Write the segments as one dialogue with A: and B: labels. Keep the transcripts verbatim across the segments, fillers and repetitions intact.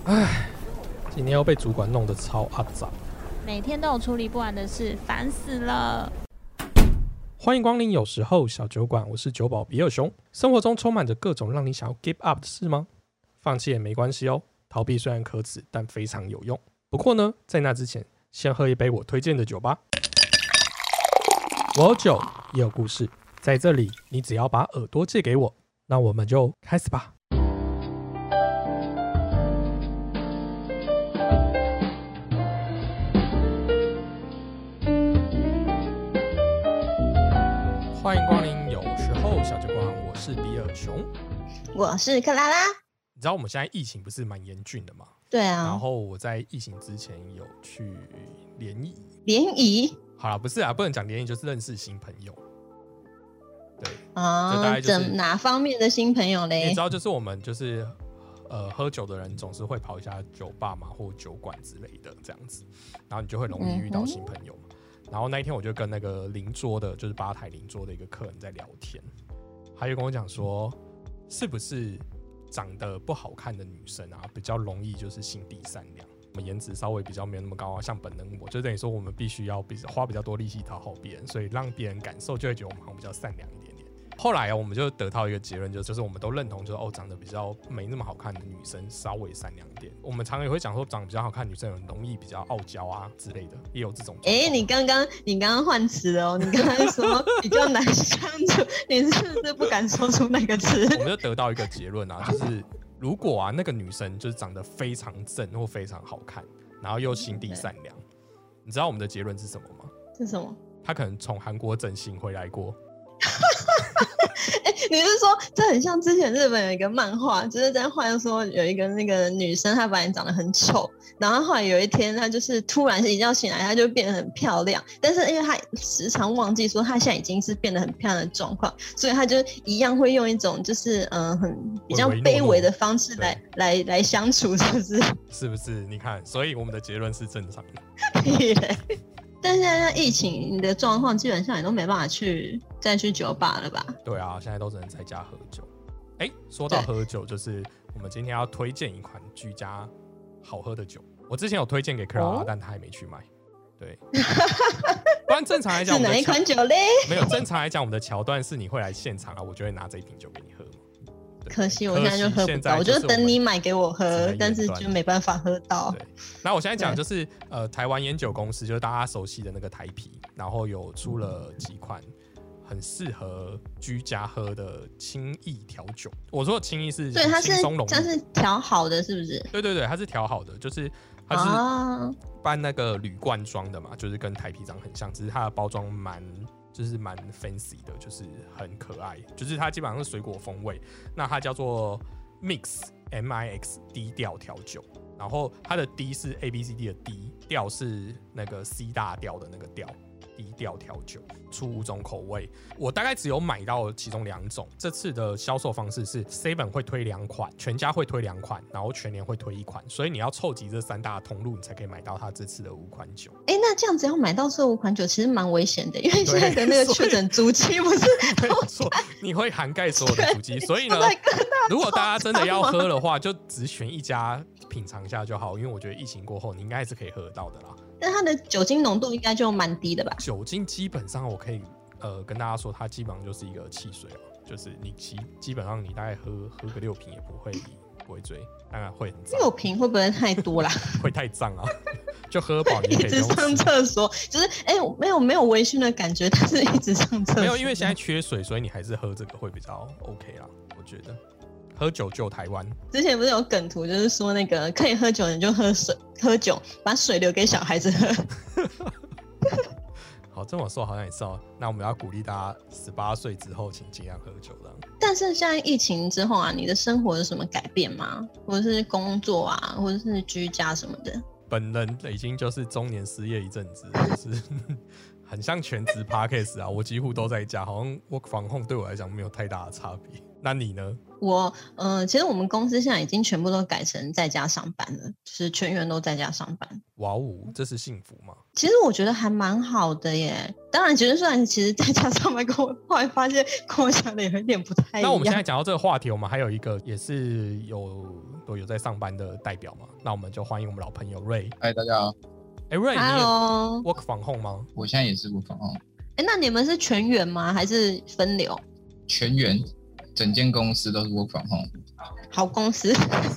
A: 唉，今天又被主管弄得超阿杂，
B: 每天都有处理不完的事，烦死了。
A: 欢迎光临有时候小酒馆，我是酒保比尔熊。生活中充满着各种让你想要 give up 的事吗？放弃也没关系哦，逃避虽然可耻，但非常有用。不过呢，在那之前，先喝一杯我推荐的酒吧。我有酒，也有故事，在这里，你只要把耳朵借给我，那我们就开始吧。欢迎光临有时候小酒馆，我是比尔熊，
C: 我是克拉拉。
A: 你知道我们现在疫情不是蛮严峻的吗？
C: 对啊。
A: 然后我在疫情之前有去联谊。
C: 联谊？
A: 好啦，不是啊，不能讲联谊，就是认识新朋友。对
C: 啊，
A: 就大概就是
C: 怎哪方面的新朋友嘞？
A: 你知道，就是我们就是呃喝酒的人总是会跑一下酒吧嘛，或酒馆之类的这样子，然后你就会容易遇到新朋友嘛。嗯然后那一天我就跟那个邻桌的，就是吧台邻桌的一个客人在聊天，他就跟我讲说，是不是长得不好看的女生啊，比较容易就是心地善良，我们颜值稍微比较没有那么高啊，像本能我就等于说我们必须要比花比较多力气讨好别人，所以让别人感受就会觉得我们好像比较善良一点点。后来啊，我们就得到一个结论，就是我们都认同，就是哦，长得比较没那么好看的女生稍微善良一点。我们常常也会讲说，长得比较好看的女生很容易比较傲娇啊之类的，也有这种。
C: 哎、欸，你刚刚你刚刚换词了哦，你刚刚说比较难相处，你是不是不敢说出那个词？
A: 我们就得到一个结论啊，就是如果啊那个女生就是长得非常正或非常好看，然后又心地善良，你知道我们的结论是什么吗？
C: 是什么？
A: 她可能从韩国整形回来过。
C: 欸、你是说这很像之前日本有一个漫画，就是在画说有一个那个女生，她本来长得很丑，然后后来有一天她就是突然一觉醒来，她就变得很漂亮，但是因为她时常忘记说她现在已经是变得很漂亮的状况，所以她就一样会用一种就是嗯、呃、很比较卑微的方式来来来相处，是不是？
A: 是不是？你看，所以我们的结论是正常的。
C: 屁嘞！但现在疫情的状况，基本上也都没办法去再去酒吧了吧？
A: 对啊，现在都只能在家喝酒。哎，说到喝酒，就是我们今天要推荐一款居家好喝的酒。我之前有推荐给克拉拉，哦、但他还没去买。对，不然正常来讲，
C: 是哪一款酒嘞？
A: 没有，正常来讲，我们的桥段是你会来现场啊，我就会拿这一瓶酒给你喝。
C: 可惜我现在就喝不到，我就等你买给我喝，但是就没办法喝到。
A: 对，那我现在讲就是呃，台湾烟酒公司就是大家熟悉的那个台啤，然后有出了几款很适合居家喝的轻易调酒。我说的轻易是
C: 对，它是
A: 它
C: 是调好的，是不是？
A: 对对对，它是调好的，就是它是搬那个铝罐装的嘛，就是跟台啤长很像，只是它的包装蛮。就是蛮 fancy 的，就是很可爱，就是它基本上是水果风味。那它叫做 Mix M I X 低调调酒，然后它的 D 是 A B C D 的 D， 调是那个 C 大调的那个调，低调调酒，出五种口味。我大概只有买到其中两种。这次的销售方式是 Seven 会推两款，全家会推两款，然后全联会推一款，所以你要凑齐这三大通路，你才可以买到它这次的五款酒。
C: 哎、欸，那这样子要买到这五款酒，其实蛮危险的，因为现在的那个确诊足迹不是
A: 没错，你会涵盖所有的足迹，所以呢，如果大家真的要喝的话，就只选一家品尝一下就好，因为我觉得疫情过后，你应该还是可以喝得到的啦。
C: 但它的酒精浓度应该就蛮低的吧？
A: 酒精基本上我可以呃跟大家说，它基本上就是一个汽水嘛，就是你基基本上你大概喝喝个六瓶也不会不会醉，当然会很脏。
C: 六瓶会不会太多啦？
A: 会太脏啊，就喝饱你可以不用吃。
C: 一直上厕所，就是哎、欸、没有没有微醺的感觉，但是一直上厕所。
A: 没有，因为现在缺水，所以你还是喝这个会比较 OK 啦，我觉得。喝酒救台湾。
C: 之前不是有梗图，就是说那个可以喝酒的你就喝水，喝酒把水留给小孩子喝。
A: 好，这么说好像也是哦。那我们要鼓励大家十八岁之后请尽量喝酒的。
C: 但是现在疫情之后啊，你的生活有什么改变吗？或者是工作啊，或者是居家什么的？
A: 本人已经就是中年失业一阵子，就是很像全职 podcast 啊，我几乎都在家，好像 work from home 对我来讲没有太大的差别。那你呢？
C: 我呃，其实我们公司现在已经全部都改成在家上班了，就是全员都在家上班。
A: 哇哦，这是幸福吗？
C: 其实我觉得还蛮好的耶。当然，其实虽然其实在家上班，跟我后来发现跟我想的有一点不太一样。
A: 那我们现在讲到这个话题，我们还有一个也是有都有在上班的代表嘛，那我们就欢迎我们老朋友 Ray。
D: 嗨，大家好。
A: 哎、欸、，Ray， 你也
C: Hello
A: work from home 吗？
D: 我现在也是 work from home。
C: 哎，那你们是全员吗？还是分流？
D: 全员。整间公司都是 work from home，
C: 好公司。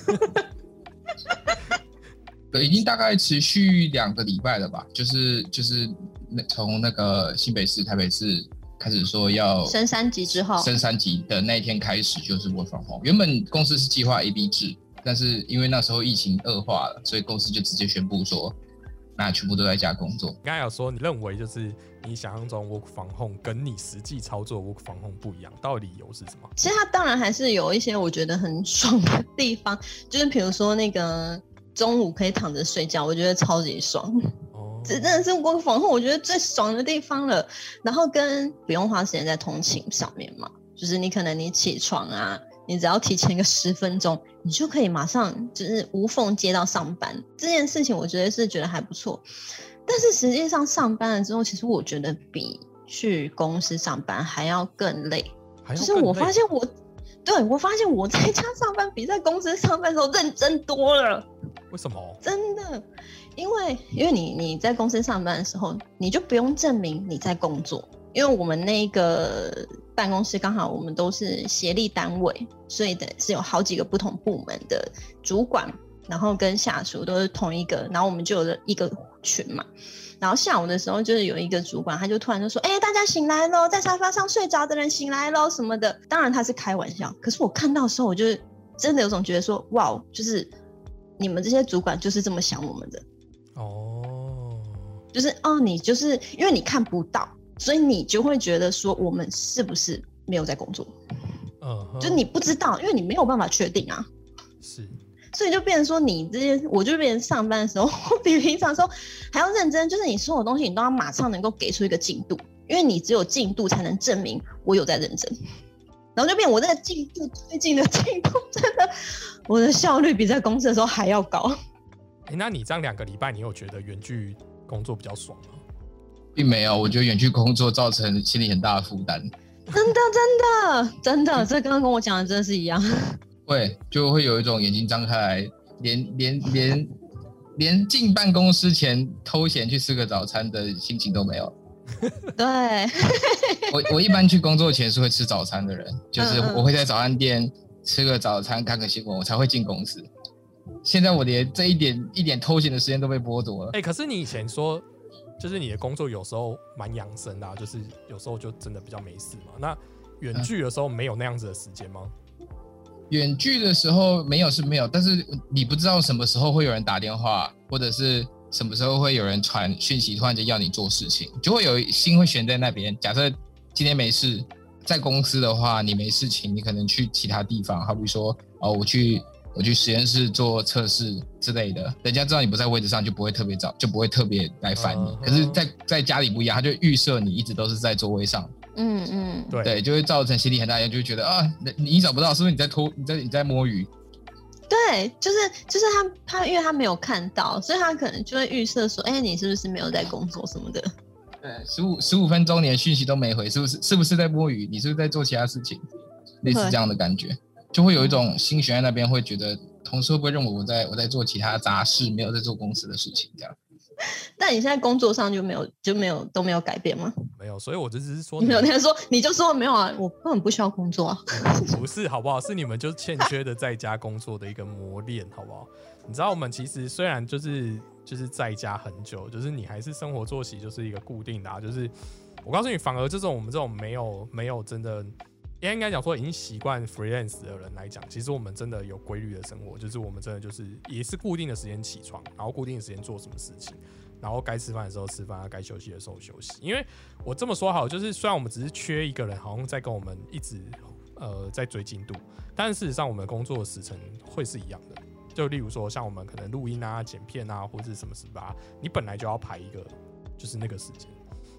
D: 已经大概持续两个礼拜了吧，就是就是从那个新北市、台北市开始说要
C: 升三级之后，
D: 升三级的那一天开始就是 work from home。原本公司是计划 A B 制，但是因为那时候疫情恶化了，所以公司就直接宣布说，那全部都在家工作。
A: 刚才有说你认为就是你想象中 work from home 跟你实际操作 work from home 不一样，到底理由是什么？
C: 其实它当然还是有一些我觉得很爽的地方，就是比如说那个中午可以躺着睡觉，我觉得超级爽。哦，这真的是 work from home 我觉得最爽的地方了。然后跟不用花时间在通勤上面嘛，就是你可能你起床啊，你只要提前个十分钟，你就可以马上就是无缝接到上班这件事情，我觉得是觉得还不错。但是实际上上班了之后，其实我觉得比去公司上班还要更累。
A: 还要更累？
C: 就是我发现我，对我发现我在家上班比在公司上班的时候认真多了。
A: 为什么？
C: 真的，因为因为你你在公司上班的时候，你就不用证明你在工作，因为我们那个办公室刚好我们都是协力单位，所以的是有好几个不同部门的主管，然后跟下属都是同一个，然后我们就有了一个群嘛。然后下午的时候，就是有一个主管，他就突然就说：“哎、欸，大家醒来咯，在沙发上睡着的人醒来咯什么的。”当然他是开玩笑，可是我看到的时候，我就真的有种觉得说：“哇，就是你们这些主管就是这么想我们的。”哦，就是哦，你就是因为你看不到，所以你就会觉得说我们是不是没有在工作？嗯，就你不知道，因为你没有办法确定啊。
A: 是。
C: 所以就变成说你这些，我就变成上班的时候，我比平常的时候还要认真，就是你所有东西你都要马上能够给出一个进度，因为你只有进度才能证明我有在认真。然后就变我这个进度最近的进度，真的我的效率比在公司的时候还要高。
A: 欸、那你这样两个礼拜，你有觉得远距工作比较爽吗？
D: 并没有，我觉得远距工作造成心理很大的负担。
C: 真的，真的，真的，这刚刚跟我讲的真的是一样。
D: 会就会有一种眼睛张开来，连连连连进办公室前偷闲去吃个早餐的心情都没有。
C: 对，
D: 我我一般去工作前是会吃早餐的人，就是我会在早餐店吃个早餐，看个新闻，我才会进公司。现在我连这一点一点偷闲的时间都被剥夺了。
A: 哎、欸，可是你以前说，就是你的工作有时候蛮养生的、啊，就是有时候就真的比较没事嘛。那远距的时候没有那样子的时间吗？
D: 远距的时候没有是没有，但是你不知道什么时候会有人打电话，或者是什么时候会有人传讯息，突然间要你做事情，就会有心会悬在那边。假设今天没事，在公司的话，你没事情，你可能去其他地方，好比说哦，我去我去实验室做测试之类的，人家知道你不在位置上，就不会特别早，就不会特别来烦你。Uh-huh. 可是在，在在家里不一样，他就预设你一直都是在座位上。
C: 嗯嗯，
D: 对对，就会造成心理很大压力，就会觉得啊，你找不到，是不是你在拖，你在你在摸鱼？
C: 对，就是就是他他，因为他没有看到，所以他可能就会预设说，哎、欸，你是不是没有在工作什么的？
D: 对，十五十五分钟你的讯息都没回，是不是是不是在摸鱼？你是不是在做其他事情？类似这样的感觉，就会有一种心悬在那边，会觉得同事会不会认为我在我在做其他杂事，没有在做公司的事情这样。
C: 但你现在工作上就没有就没有都没有改变吗？
A: 没有，所以我就只是说
C: 你没有，他说你就说没有啊，我根本不需要工作啊。
A: 不是好不好？是你们就欠缺的在家工作的一个磨练，好不好？你知道我们其实虽然就是就是在家很久，就是你还是生活作息就是一个固定的、啊，就是我告诉你，反而这种我们这种没有没有真的。应该讲说，已经习惯 freelance 的人来讲，其实我们真的有规律的生活，就是我们真的就是也是固定的时间起床，然后固定的时间做什么事情，然后该吃饭的时候吃饭，该休息的时候休息。因为我这么说好，就是虽然我们只是缺一个人，好像在跟我们一直呃在追进度，但是事实上我们的工作的时程会是一样的。就例如说，像我们可能录音啊、剪片啊，或者是什么什么啊，你本来就要排一个就是那个时间。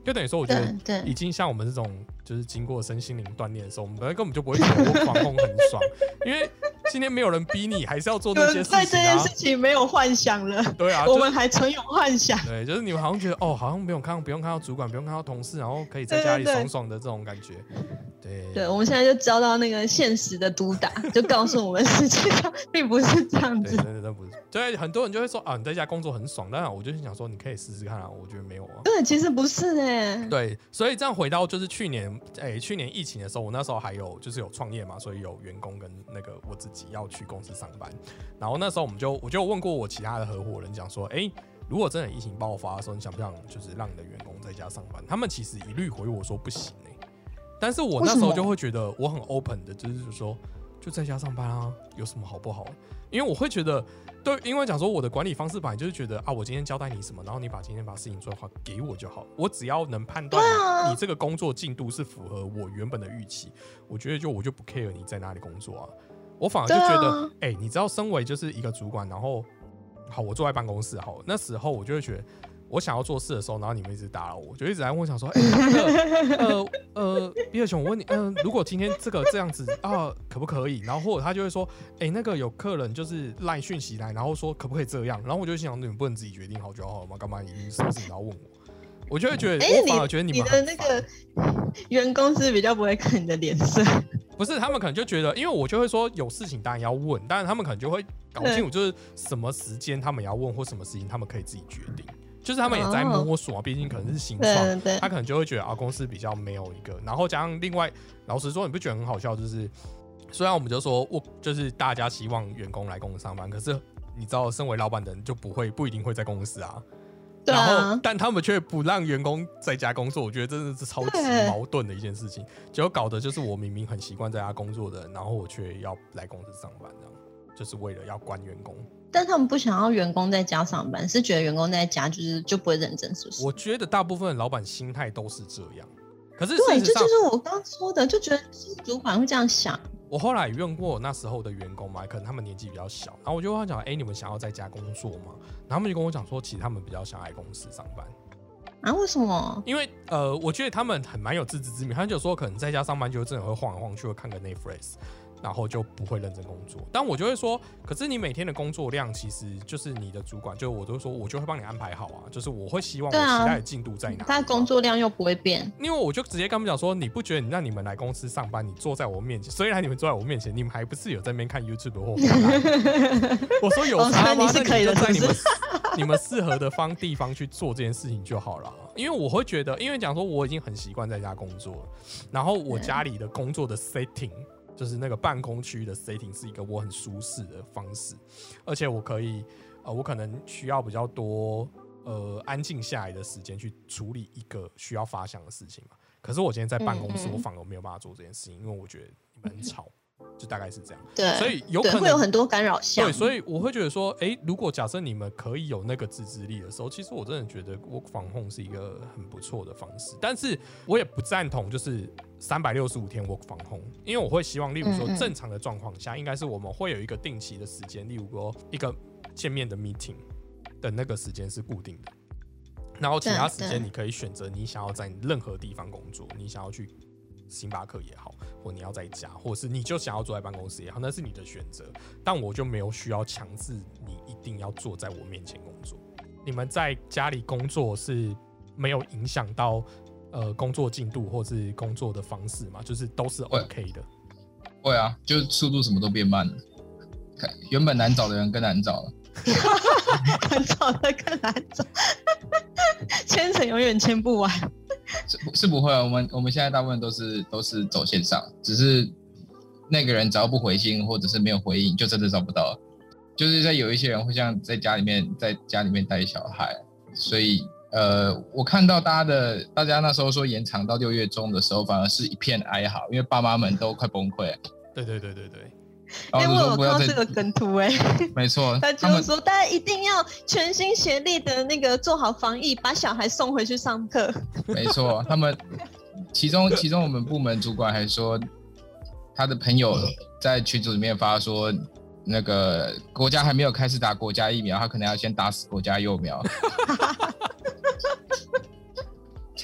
A: 就等于说，我觉得已经像我们这种就是经过身心灵锻炼的时候，我们本来根本就不会觉得我防控很爽，因为今天没有人逼你，还是要做那些事情、啊。
C: 对这件事情没有幻想了，
A: 对啊，
C: 我们还存有幻想。
A: 对，就是你们好像觉得哦，好像不用看，不用看到主管，不用看到同事，然后可以在家里爽爽的这种感觉。对，
C: 对，我们现在就遭到那个现实的毒打，就告诉我们实际上并不是这样子。
A: 对，真的真的不是。对，很多人就会说啊，你在家工作很爽，但是我就想说，你可以试试看啊。我觉得没有啊。
C: 对，其实不是哎、欸。
A: 对，所以这样回到就是去年，哎、欸，去年疫情的时候，我那时候还有就是有创业嘛，所以有员工跟那个我自己要去公司上班。然后那时候我们就我就问过我其他的合伙人，讲说，哎、欸，如果真的疫情爆发的时候，你想不想就是让你的员工在家上班？他们其实一律回我说不行哎、欸。但是我那时候就会觉得我很 open 的，就是说就在家上班啊，有什么好不好？因为我会觉得，对，因为讲说我的管理方式本来就是觉得啊，我今天交代你什么，然后你把今天把事情做好给我就好，我只要能判断 你,、啊、你这个工作进度是符合我原本的预期，我觉得就我就不 care 你在哪里工作啊，我反而就觉得，哎、啊欸，你知道，身为就是一个主管，然后好，我坐在办公室好了，那时候我就会觉得。我想要做事的时候，然后你们一直打扰我，就一直在问我想说，哎、欸，那个，呃呃，比尔熊，我问你，嗯、呃，如果今天这个这样子啊，可不可以？然后或者他就会说，哎、欸，那个有客人就是赖讯息来，然后说可不可以这样？然后我就想，你们不能自己决定好就好了吗？干嘛你什么事情要问我？我就会觉得，欸、我反而觉得你们
C: 很你的那个员工是比较不会看你的脸色。
A: 不是，他们可能就觉得，因为我就会说有事情当然要问，当然他们可能就会搞清楚，就是什么时间他们要问或什么事情他们可以自己决定。就是他们也在摸索啊，毕竟可能是新创，他可能就会觉得啊，公司比较没有一个，然后加上另外，老实说，你不觉得很好笑？就是虽然我们就说，我就是大家希望员工来公司上班，可是你知道，身为老板的人就不会不一定会在公司啊。
C: 对啊。
A: 然后，但他们却不让员工在家工作，我觉得真的是超级矛盾的一件事情。结果搞的就是我明明很习惯在家工作的人，然后我却要来公司上班，这样就是为了要关员工。
C: 但他们不想要员工在家上班，是觉得员工在家就是就不会认真，是不是？
A: 我觉得大部分的老板心态都是这样，可是
C: 对，这就是我刚说的，就觉得主管会这样想。
A: 我后来也问过那时候的员工嘛，可能他们年纪比较小，然后我就跟他讲，哎、欸，你们想要在家工作吗？然后他们就跟我讲说，其实他们比较想来公司上班。
C: 啊？为什么？
A: 因为呃，我觉得他们很蛮有自知之明，他们就说可能在家上班就真的会晃来晃去，会看个 Netflix。然后就不会认真工作，但我就会说，可是你每天的工作量其实就是你的主管，就我都说，我就会帮你安排好啊，就是我会希望我期待的进度在哪，
C: 他工作量又不会变，
A: 因为我就直接跟他们讲说，你不觉得你让你们来公司上班，你坐在我面前，虽然你们坐在我面前，你们还不是有在那边看 YouTube 或我说有差吗？
C: 哦、那你就
A: 在你们你们适合的方地方去做这件事情就好了，因为我会觉得，因为讲说我已经很习惯在家工作了，然后我家里的工作的 setting。就是那个办公区的 setting 是一个我很舒适的方式，而且我可以，呃，我可能需要比较多呃安静下来的时间去处理一个需要发想的事情嘛。可是我今天在办公室，嗯嗯我反而没有办法做这件事情，因为我觉得你们很吵。就大概是这样，
C: 对，
A: 所以有可能
C: 会有很多干扰项。
A: 对，所以我会觉得说，哎、欸，如果假设你们可以有那个自制力的时候，其实我真的觉得 work from home 是一个很不错的方式。但是我也不赞同就是三百六十五天 work from home， 因为我会希望，例如说正常的状况下，应该是我们会有一个定期的时间，例如说一个见面的 meeting 的那个时间是固定的，然后其他时间你可以选择你想要在任何地方工作，你想要去星巴克也好，或你要在家，或是你就想要坐在办公室也好，那是你的选择。但我就没有需要强制你一定要坐在我面前工作。你们在家里工作是没有影响到呃工作进度或是工作的方式嘛？就是都是 OK 的。
D: 会啊，就速度什么都变慢了，原本难找的人更难找了。
C: 难找的更难找，牵扯永远牵不完。
D: 是, 是不会啊，我们我们现在大部分都是都是走线上，只是那个人只要不回信或者是没有回应，就真的找不到。就是在有一些人会像在家里面在家里面带小孩，所以呃，我看到大家的大家那时候说延长到六月中的时候，反而是一片哀嚎，因为爸妈们都快崩溃了。
A: 对对对对对。
C: 因为我有看到这个梗图哎、欸，
D: 没错，
C: 他就说大家一定要全心协力的那个做好防疫，把小孩送回去上课。
D: 没错，他们其中其中我们部门主管还说，他的朋友在群组里面发说，那个国家还没有开始打国家疫苗，他可能要先打死国家幼苗。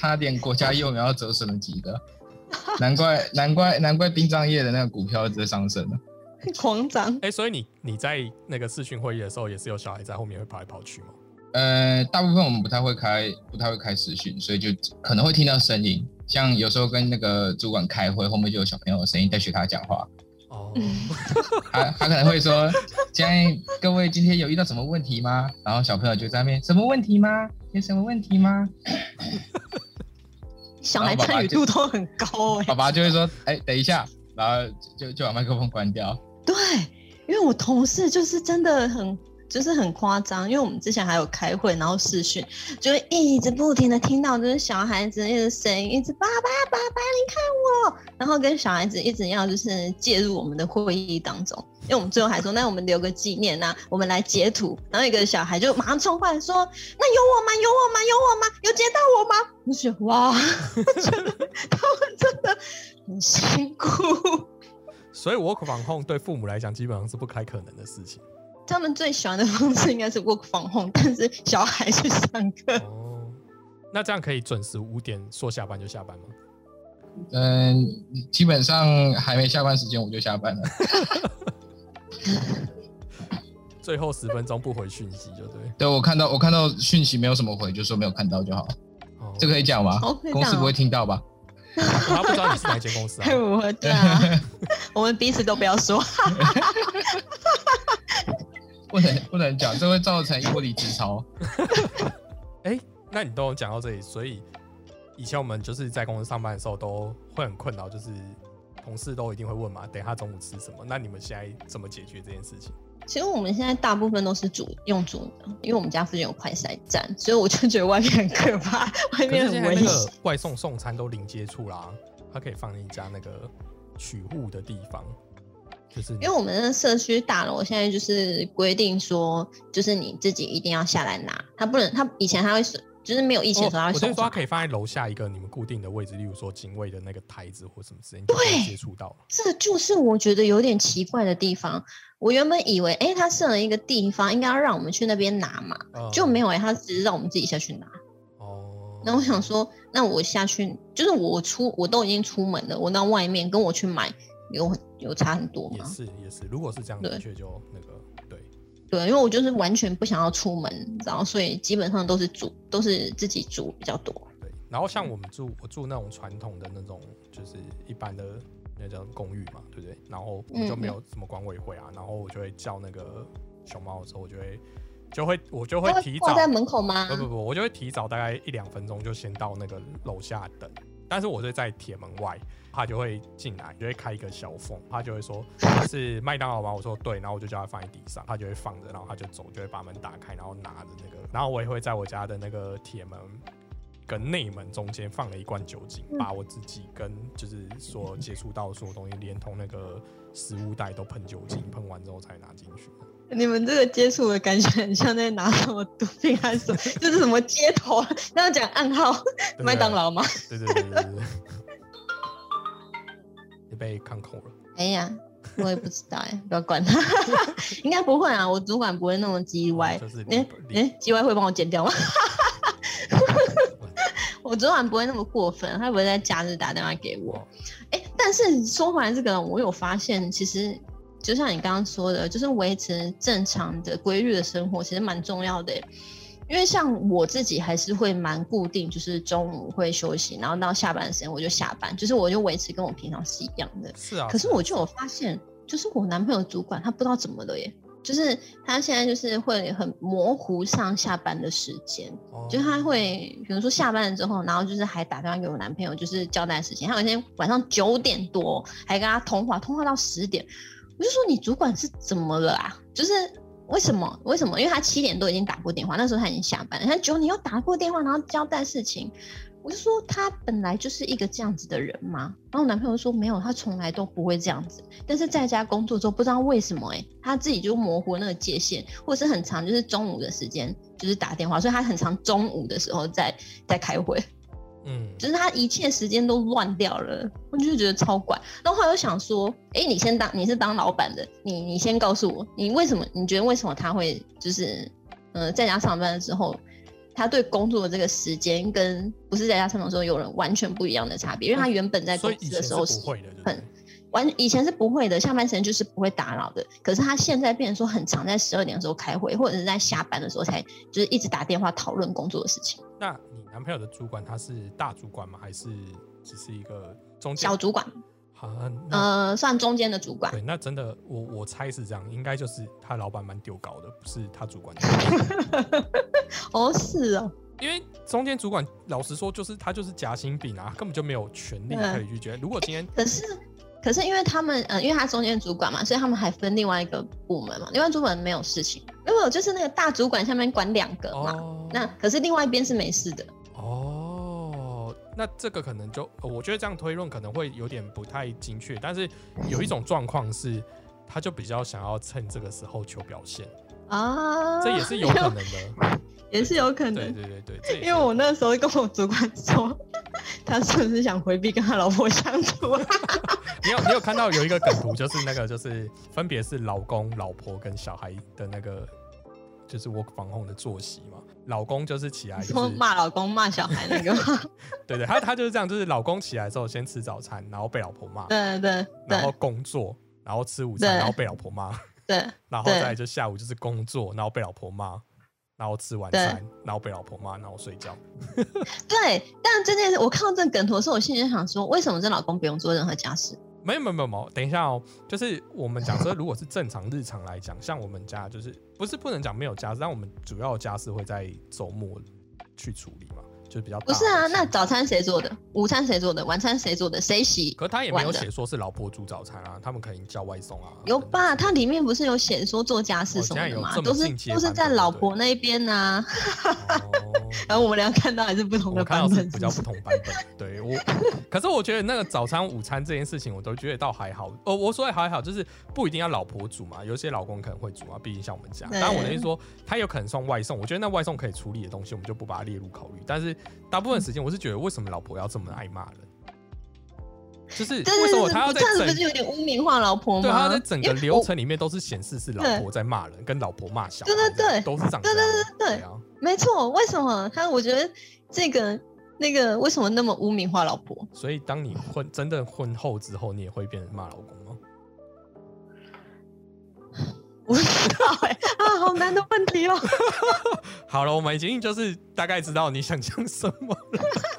D: 差点国家幼苗要折损了几个，难怪难怪难怪殡葬业的那个股票直接上升了，
C: 狂涨。
A: 哎、欸，所以你你在那个视讯会议的时候，也是有小孩在后面会跑来跑去吗？
D: 呃，大部分我们不太会开，不太会开视讯，所以就可能会听到声音。像有时候跟那个主管开会，后面就有小朋友的声音在学他讲话。
A: 哦，
D: 他他可能会说：“现在各位今天有遇到什么问题吗？”然后小朋友就在那边：“什么问题吗？有什么问题吗？”
C: 小孩参与度都很高哎、欸。
D: 爸爸就会说：“哎、欸，等一下。”然后就就把麦克风关掉。
C: 对，因为我同事就是真的很。就是很夸张，因为我们之前还有开会，然后视讯，就会一直不停的听到就是小孩子一直声音，一直爸爸爸爸你看我，然后跟小孩子一直要就是介入我们的会议当中，因为我们最后还说那我们留个纪念啊，我们来截图，然后一个小孩就马上冲过来说那有我吗有我吗有我吗有接到我吗？我就觉得哇，我觉得他们真的很辛苦，
A: 所以 work from home 对父母来讲基本上是不太可能的事情。
C: 他们最喜欢的方式应该是 work from home， 但是小孩去上课。
A: 哦，那这样可以准时五点说下班就下班吗？
D: 嗯，基本上还没下班时间我就下班了。
A: 最后十分钟不回讯息就对。
D: 对，我看到我看到讯息没有什么回，就说没有看到就好。哦、这个可以讲吗？
C: 哦、
D: 公司不会听到吧？
A: 他不知道你是哪一间公司啊？
C: 不会，对啊，我们彼此都不要说。
D: 不能不能讲，这会造成一锅离职潮。
A: 哎、欸，那你都讲到这里，所以以前我们就是在公司上班的时候都会很困扰，就是同事都一定会问嘛，等一下中午吃什么？那你们现在怎么解决这件事情？
C: 其实我们现在大部分都是煮用煮的，因为我们家附近有快筛站，所以我就觉得外面很可怕，外面很危险。
A: 那个外送送餐都零接触啦，它可以放在你家那个取户的地方。就是
C: 因为我们的社区大楼现在就是规定说，就是你自己一定要下来拿，他不能，他以前他会就是没有疫情的时候他会送、哦。
A: 我就说他可以放在楼下一个你们固定的位置，例如说警卫的那个台子或什么之类，你就可以接触到了。
C: 这就是我觉得有点奇怪的地方。我原本以为，哎、欸，他设了一个地方，应该要让我们去那边拿嘛，嗯、就没有哎、欸，他只是让我们自己下去拿。哦。那我想说，那我下去，就是我出，我都已经出门了，我到外面跟我去买。有有差很多吗？
A: 也是也是，如果是这样，的确就那个对
C: 对，因为我就是完全不想要出门，然后所以基本上都是煮，都是自己煮比较多。
A: 对，然后像我们住我住那种传统的那种，就是一般的那叫公寓嘛，对不对？然后我就没有什么管委会啊，嗯、然后我就会叫那个熊猫的时候，我就会就会我就会提早
C: 挂在门口吗？
A: 不不不，我就会提早大概一两分钟就先到那个楼下等，但是我是在铁门外。他就会进来，就会开一个小缝，他就会说是麦当劳吗？我说对，然后我就叫他放在地上，他就会放着，然后他就走，就会把门打开，然后拿着那个，然后我也会在我家的那个铁门跟内门中间放了一罐酒精，把我自己跟就是说接触到的所有东西，连同那个食物袋都喷酒精，喷完之后才拿进去。
C: 你们这个接触的感觉很像在拿什么毒品还是什么，就是什么街头，那要讲暗号，麦当劳吗？
A: 对对对对对对。被看空了。
C: 哎呀，我也不知道哎，不要管他，应该不会啊，我主管不会那么叽歪。哎哎，叽歪会帮我剪掉吗？我主管不会那么过分，他不会在假日打电话给我。哎，但是说回来这个，我有发现，其实就像你刚刚说的，就是维持正常的规律的生活，其实蛮重要的。因为像我自己还是会蛮固定，就是中午会休息，然后到下班的时间我就下班，就是我就维持跟我平常是一样的。
A: 是啊。
C: 可是我就有发现，就是我男朋友主管他不知道怎么了耶，就是他现在就是会很模糊上下班的时间，哦、就他会比如说下班了之后，然后就是还打电话给我男朋友，就是交代事情。他有一天晚上九点多还跟他通话，通话到十点，我就说你主管是怎么了啊？就是。为什么？为什么？因为他七点多已经打过电话，那时候他已经下班了。他九点又打过电话，然后交代事情。我就说他本来就是一个这样子的人嘛。然后我男朋友说没有，他从来都不会这样子。但是在家工作之后，不知道为什么哎、欸，他自己就模糊那个界限，或者是很长，就是中午的时间就是打电话，所以他很长中午的时候在在开会。嗯，就是他一切时间都乱掉了，我就觉得超怪。然后后来又想说，哎、欸，你先当你是当老板的，你你先告诉我，你为什么？你觉得为什么他会就是，呃，在家上班之后， 他对工作的这个时间跟不是在家上班的时候有人完全不一样的差别，因为他原本在公司的时候
A: 是不会的，
C: 很完以前是不会的，下班时间就是不会打扰的。可是他现在变成说很常在十二点的时候开会，或者是在下班的时候才就是一直打电话讨论工作的事情。
A: 那你男朋友的主管他是大主管吗？还是只是一个中间
C: 小主管？呃，算中间的主管。
A: 对，那真的我我猜是这样，应该就是他老板蛮丢高的，不是他主管。
C: 哦，是哦。
A: 因为中间主管老实说，就是他就是夹心饼啊，根本就没有权利可以去决定。如果今天
C: 可是可是因为他们呃，因为他中间主管嘛，所以他们还分另外一个部门嘛，另外主管没有事情，因为就是那个大主管下面管两个嘛，哦、那可是另外一边是没事的。
A: 哦，那这个可能就我觉得这样推论可能会有点不太精确，但是有一种状况是，他就比较想要趁这个时候求表现啊，这也是有可能的。
C: 也是有可能，
A: 对对对对，
C: 因为我那时候跟我主管说，他是不是想回避跟他老婆相处、啊？
A: 你有你有看到有一个梗图，就是那个就是分别是老公、老婆跟小孩的那个，就是 work from home 的作息嘛。老公就是起来就是
C: 骂老公骂小孩那个吗？
A: 对对，他他就是这样，就是老公起来之后先吃早餐，然后被老婆骂，
C: 对对，
A: 然后工作，然后吃午餐，然后被老婆骂，
C: 对，
A: 然后再来就下午就是工作，然后被老婆骂。然后吃晚餐，然后被老婆骂，然后睡觉。
C: 对，但这件事我看到这个梗图的时候，我心里就想说，为什么这老公不用做任何家事？
A: 没有没有没有没有，等一下哦，就是我们讲说，如果是正常日常来讲，像我们家就是不是不能讲没有家事，但我们主要的家事会在周末去处理嘛。就是比较大。
C: 不是啊，那早餐谁做的？午餐谁做的？晚餐谁做的？谁洗？
A: 可他也没有写说是老婆煮早餐啊，他们可能叫外送啊。
C: 有吧？它里面不是有写说做家事什么的吗？哦、都是都是在老婆那边啊。哦、然后我们俩看到还是不同的版本，
A: 我看到是比较不同版本。对我，可是我觉得那个早餐、午餐这件事情，我都觉得倒还好。哦，我说的还好，就是不一定要老婆煮嘛，有些老公可能会煮啊，毕竟像我们家。当然我的意思说，他有可能送外送，我觉得那外送可以处理的东西，我们就不把它列入考虑。但是大部分时间，我是觉得为什么老婆要这么爱骂人？就是为什么他要在整，
C: 这样子不是有点污名化老婆吗？
A: 对，他在整个流程里面都是显示是老婆在骂人，跟老婆骂小孩，
C: 对对对，
A: 都是这样。
C: 对对对对，对啊、没错。为什么他？我觉得这个那个为什么那么污名化老婆？
A: 所以当你婚真的婚后之后，你也会变成骂老公吗？
C: 我不知道哎、欸、啊，好难的问题哦。
A: 好了，我们已经就是大概知道你想讲什么了。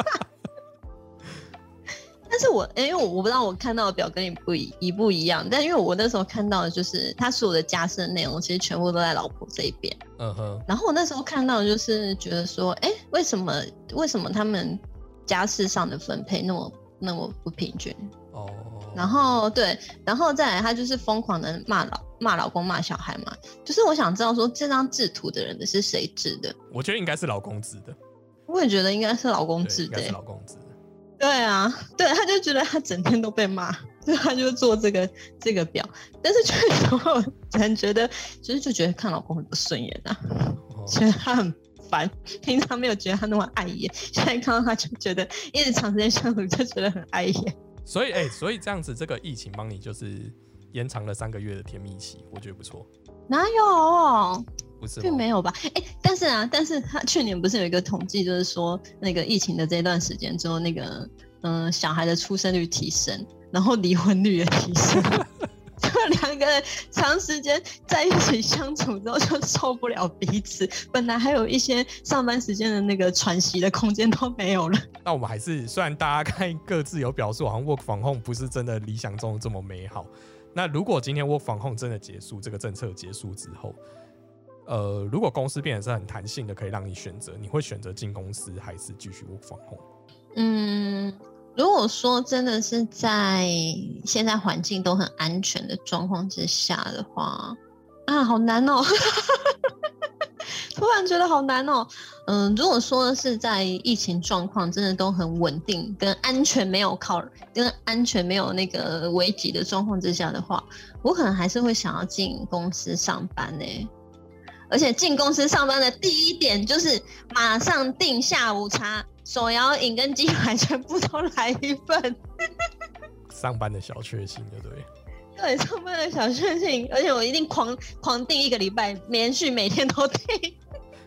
C: 但是我、欸、因为我我不知道我看到的表跟你不一一不一样，但因为我那时候看到的就是他所有的家事的内容，其实全部都在老婆这一边。嗯哼。然后我那时候看到的就是觉得说，哎、欸，为什么为什么他们家事上的分配那么那么不平均？哦。然后对，然后再来他就是疯狂的骂老骂老公骂小孩嘛，就是我想知道说这张制图的人的是谁制的？
A: 我觉得应该是老公制的。
C: 我也觉得应该是老公制的、欸，
A: 应该是老公制的。
C: 对啊，对，他就觉得他整天都被骂，所以他就做这个这个表。但是确实有人觉得，就是就觉得看老公很不顺眼啊，哦、觉得他很烦。平常没有觉得他那么碍眼，现在看到他就觉得一直长时间相处就觉得很碍眼。
A: 所以，哎、欸，所以这样子，这个疫情帮你就是延长了三个月的甜蜜期，我觉得不错。
C: 哪有？
A: 不是，
C: 并没有吧？哎、欸，但是啊，但是他去年不是有一个统计，就是说那个疫情的这段时间之后，那个嗯、呃、小孩的出生率提升，然后离婚率也提升。就两个人长时间在一起相处之后就受不了彼此，本来还有一些上班时间的那个喘息的空间都没有了。
A: 那我们还是虽然大家看各自有表述，好像 work from home 不是真的理想中这么美好。那如果今天 work from home 真的结束，这个政策结束之后，呃，如果公司变得是很弹性的，可以让你选择，你会选择进公司还是继续 work from home？ 嗯。
C: 如果说真的是在现在环境都很安全的状况之下的话，啊，好难哦！突然觉得好难哦。嗯，如果说是在疫情状况真的都很稳定，跟安全没有考，跟安全没有那个危机的状况之下的话，我可能还是会想要进公司上班呢、欸。而且进公司上班的第一点就是马上订下午茶。手摇饮跟鸡排全部都来一份，
A: 上班的小确幸，对不对？
C: 对，上班的小确幸，而且我一定狂狂订一个礼拜，连续每天都订。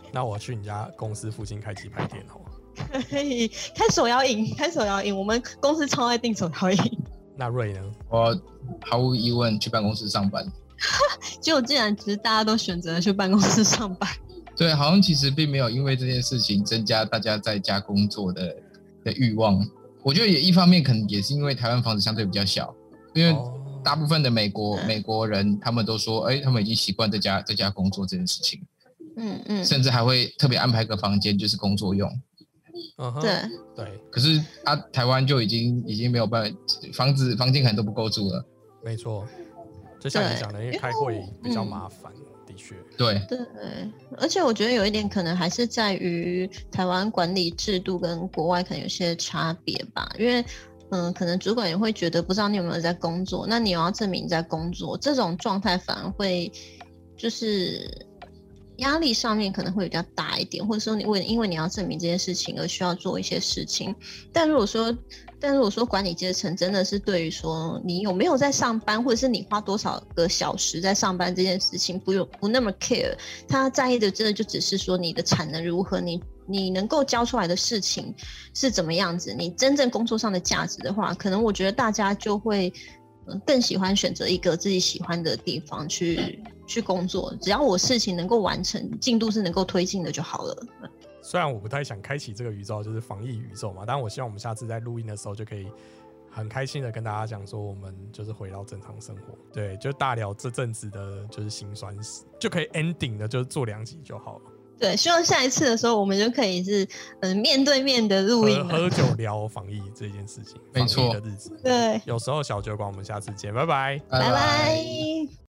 A: 那我去你家公司附近开鸡排店哦。
C: 可以开手摇饮，开手摇饮，我们公司超爱订手摇饮。
A: 那瑞呢？
D: 我毫无疑问去办公室上班。
C: 结果竟然其实大家都选择了去办公室上班。
D: 对，好像其实并没有因为这件事情增加大家在家工作的的欲望。我觉得也一方面可能也是因为台湾房子相对比较小，因为大部分的美国、哦、美国人他们都说，哎，他们已经习惯在家在家工作这件事情。嗯嗯，甚至还会特别安排个房间就是工作用。
A: 嗯哼，
C: 对
A: 对。
D: 可是啊，台湾就已经已经没有办法，房子房间可能都不够住了。
A: 没错，就像你讲的，因为开会比较麻烦。嗯，的确，
D: 对
C: 对，而且我觉得有一点可能还是在于台湾管理制度跟国外可能有些差别吧，因为嗯，可能主管也会觉得不知道你有没有在工作，那你有要证明你在工作，这种状态反而会就是压力上面可能会比较大一点，或者说你为因为你要证明这件事情而需要做一些事情，但如果说但如果说管理阶层真的是对于说你有没有在上班，或者是你花多少个小时在上班这件事情不用不那么 care， 他在意的真的就只是说你的产能如何，你你能够交出来的事情是怎么样子，你真正工作上的价值的话，可能我觉得大家就会更喜欢选择一个自己喜欢的地方去去工作，只要我事情能够完成，进度是能够推进的就好了。
A: 虽然我不太想开启这个宇宙，就是防疫宇宙嘛，但我希望我们下次在录音的时候就可以很开心的跟大家讲说，我们就是回到正常生活，对，就大聊这阵子的就是辛酸史，就可以 ending 的，就是做两集就好了。
C: 对，希望下一次的时候我们就可以是嗯面对面的录音，
A: 喝, 喝酒聊防疫这件事情，
D: 没错
A: 的日子。
C: 对，
A: 有时候小酒馆，我们下次见，拜拜，
C: 拜拜。